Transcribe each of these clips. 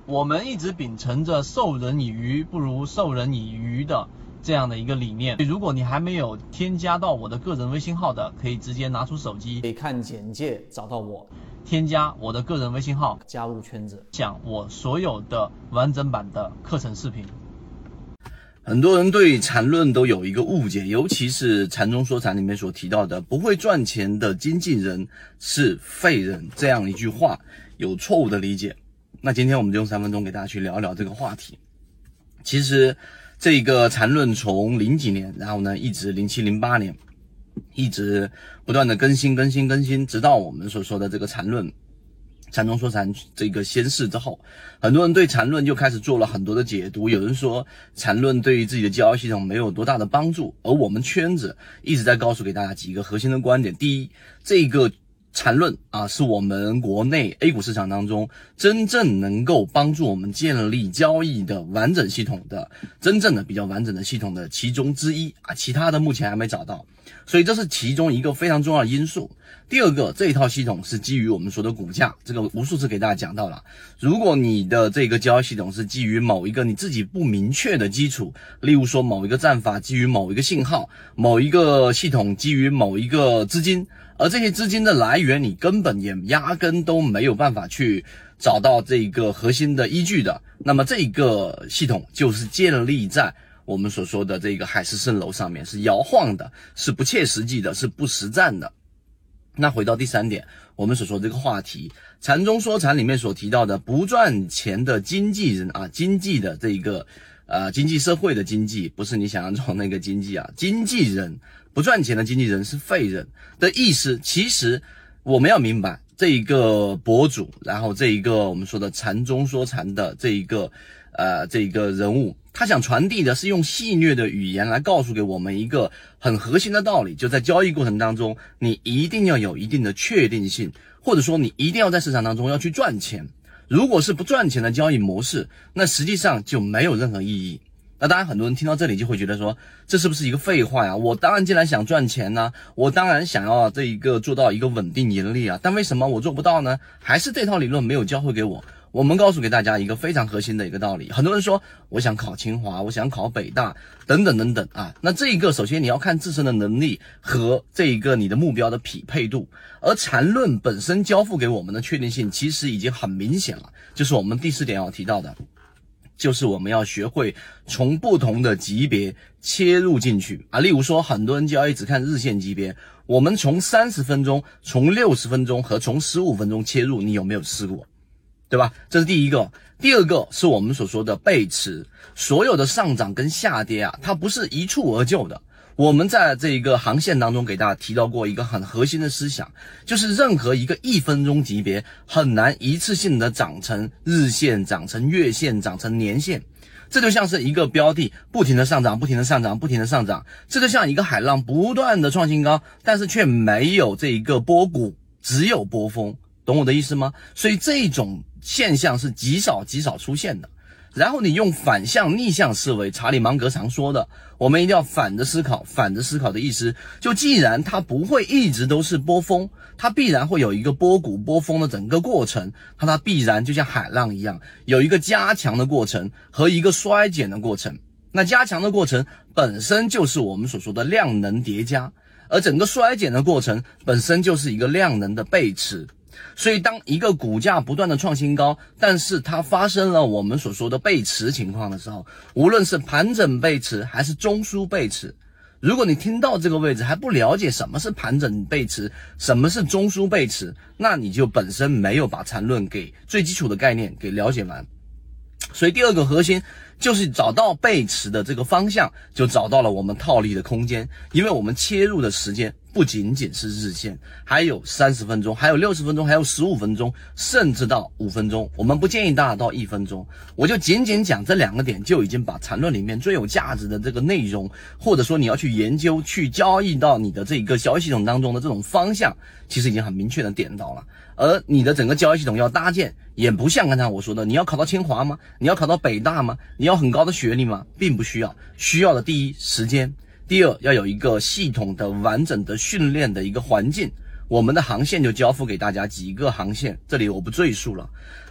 我们一直秉承着授人以鱼不如授人以渔的这样的一个理念。如果你还没有添加到我的个人微信号的，可以直接拿出手机， 可以看简介找到我， 添加我的个人微信号， 加入圈子， 讲我所有的完整版的课程视频。 很多人对缠论都有一个误解，尤其是缠中说禅里面所提到的不会赚钱的经纪人是废人这样一句话有错误的理解。那今天我们就用3分钟给大家去聊一聊这个话题。其实这个缠论从零几年，然后呢一直07、08年一直不断的更新，直到我们所说的这个缠论缠中说禅这个先世之后，很多人对缠论就开始做了很多的解读。有人说缠论对于自己的交易系统没有多大的帮助，而我们圈子一直在告诉给大家几个核心的观点。第一，这个缠论是我们国内 A 股市场当中真正能够帮助我们建立交易的完整系统的真正的比较完整的系统的其中之一其他的目前还没找到，所以这是其中一个非常重要的因素。第二个，这一套系统是基于我们说的股价，这个无数次给大家讲到了。如果你的这个交易系统是基于某一个你自己不明确的基础，例如说某一个战法基于某一个信号，某一个系统基于某一个资金，而这些资金的来源你根本也压根都没有办法去找到这个核心的依据的，那么这个系统就是建立在我们所说的这个海市蜃楼上面，是摇晃的，是不切实际的，是不实战的。那回到第3点，我们所说的这个话题，禅中说禅里面所提到的不赚钱的经纪人经济的这个经济社会的经济，不是你想象中那个经济经纪人不赚钱的经纪人是废人的意思。其实我们要明白，这一个博主，然后这一个我们说的禅中说禅的这一个人物，他想传递的是用戏谑的语言来告诉给我们一个很核心的道理，就在交易过程当中，你一定要有一定的确定性，或者说你一定要在市场当中要去赚钱。如果是不赚钱的交易模式，那实际上就没有任何意义。那当然很多人听到这里就会觉得说，这是不是一个废话呀？我当然既然想赚钱呢，我当然想要这一个做到一个稳定盈利但为什么我做不到呢？还是这套理论没有教会给我。我们告诉给大家一个非常核心的一个道理。很多人说我想考清华，我想考北大等等那这一个首先你要看自身的能力和这一个你的目标的匹配度，而缠论本身交付给我们的确定性其实已经很明显了，就是我们第4点要提到的，就是我们要学会从不同的级别切入进去例如说很多人交易只看日线级别，我们从30分钟、从60分钟和从15分钟切入，你有没有试过？对吧？这是第一个。第二个是我们所说的背驰，所有的上涨跟下跌它不是一蹴而就的。我们在这个航线当中给大家提到过一个很核心的思想，就是任何一个1分钟级别很难一次性的长成日线，长成月线，长成年线。这就像是一个标的不停的上涨，这就像一个海浪不断的创新高，但是却没有这一个波谷，只有波峰。懂我的意思吗？所以这种现象是极少出现的。然后你用反向逆向思维，查理芒格常说的，我们一定要反着思考。反着思考的意思，就既然它不会一直都是波峰，它必然会有一个波谷波峰的整个过程，它必然就像海浪一样，有一个加强的过程和一个衰减的过程。那加强的过程本身就是我们所说的量能叠加，而整个衰减的过程本身就是一个量能的背驰。所以当一个股价不断的创新高，但是它发生了我们所说的背驰情况的时候，无论是盘整背驰还是中枢背驰，如果你听到这个位置还不了解什么是盘整背驰，什么是中枢背驰，那你就本身没有把缠论给最基础的概念给了解完。所以第二个核心就是找到背驰的这个方向，就找到了我们套利的空间。因为我们切入的时间不仅仅是日线，还有30分钟，还有60分钟，还有15分钟，甚至到5分钟。我们不建议大家到1分钟，我就仅仅讲这2个点，就已经把缠论里面最有价值的这个内容，或者说你要去研究去交易到你的这个交易系统当中的这种方向，其实已经很明确的点到了。而你的整个交易系统要搭建，也不像刚才我说的，你要考到清华吗？你要考到北大吗？你要很高的学历吗？并不需要。需要的第一，时间；第二，要有一个系统的完整的训练的一个环境。我们的航线就交付给大家几个航线，这里我不赘述了。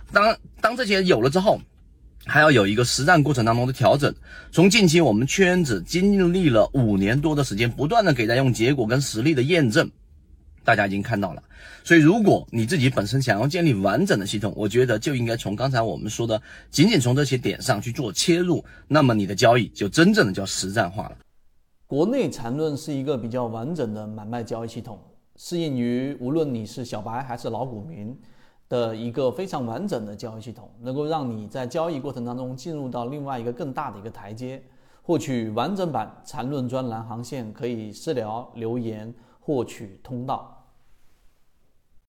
当这些有了之后，还要有一个实战过程当中的调整。从近期我们圈子经历了5年多的时间，不断的给大家用结果跟实力的验证，大家已经看到了。所以如果你自己本身想要建立完整的系统，我觉得就应该从刚才我们说的仅仅从这些点上去做切入，那么你的交易就真正的叫实战化了。 国内缠论是一个比较完整的买卖交易系统，适应于无论你是小白还是老股民的一个非常完整的交易系统，能够让你在交易过程当中进入到另外一个更大的一个台阶。获取完整版缠论专栏航线可以私聊留言获取通道。